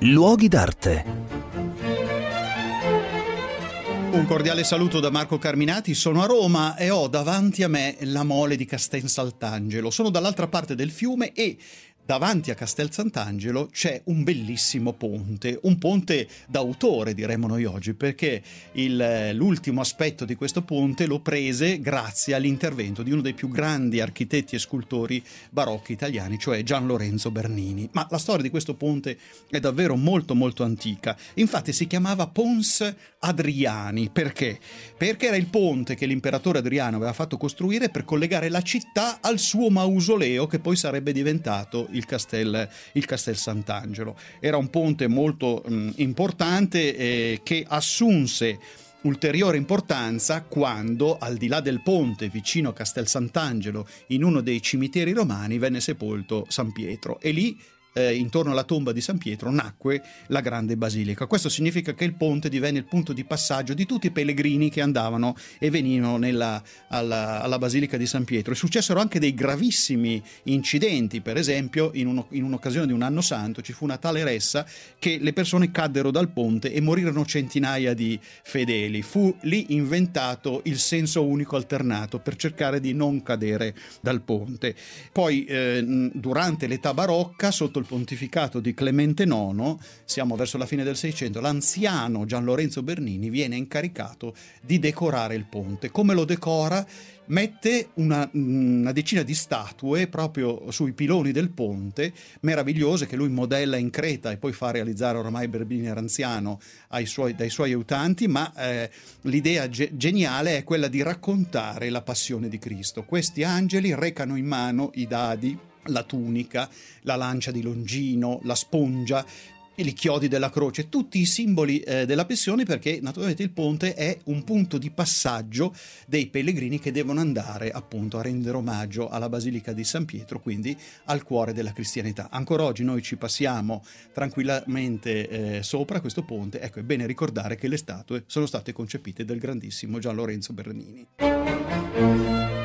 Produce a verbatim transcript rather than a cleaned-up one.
Luoghi d'arte. Un cordiale saluto da Marco Carminati, sono a Roma e ho davanti a me la mole di Castel Sant'Angelo. Sono dall'altra parte del fiume e davanti a Castel Sant'Angelo c'è un bellissimo ponte, un ponte d'autore diremmo noi oggi, perché il, l'ultimo aspetto di questo ponte lo prese grazie all'intervento di uno dei più grandi architetti e scultori barocchi italiani, cioè Gian Lorenzo Bernini. Ma la storia di questo ponte è davvero molto molto antica, infatti si chiamava Pons Adriani. Perché? Perché era il ponte che l'imperatore Adriano aveva fatto costruire per collegare la città al suo mausoleo, che poi sarebbe diventato il Castel, il Castel Sant'Angelo. Era un ponte molto mh, importante eh, che assunse ulteriore importanza quando, al di là del ponte, vicino a Castel Sant'Angelo, in uno dei cimiteri romani, venne sepolto San Pietro, e lì Eh, intorno alla tomba di San Pietro nacque la grande basilica. Questo significa che il ponte divenne il punto di passaggio di tutti i pellegrini che andavano e venivano nella, alla, alla basilica di San Pietro. E successero anche dei gravissimi incidenti, per esempio in, uno, in un'occasione di un anno santo ci fu una tale ressa che le persone caddero dal ponte e morirono centinaia di fedeli. Fu lì inventato il senso unico alternato per cercare di non cadere dal ponte. Poi eh, durante l'età barocca, sotto il pontificato di Clemente nono, siamo verso la fine del Seicento, l'anziano Gian Lorenzo Bernini viene incaricato di decorare il ponte. Come lo decora? Mette una, una decina di statue proprio sui piloni del ponte, meravigliose, che lui modella in Creta e poi fa realizzare, oramai Bernini era anziano, ai suoi, dai suoi aiutanti, ma eh, l'idea ge- geniale è quella di raccontare la passione di Cristo. Questi angeli recano in mano i dadi, la tunica, la lancia di Longino, la spongia, i chiodi della croce, tutti i simboli eh, della passione, perché naturalmente il ponte è un punto di passaggio dei pellegrini che devono andare appunto a rendere omaggio alla Basilica di San Pietro, quindi al cuore della cristianità. Ancora oggi noi ci passiamo tranquillamente eh, sopra questo ponte. Ecco, è bene ricordare che le statue sono state concepite dal grandissimo Gian Lorenzo Bernini.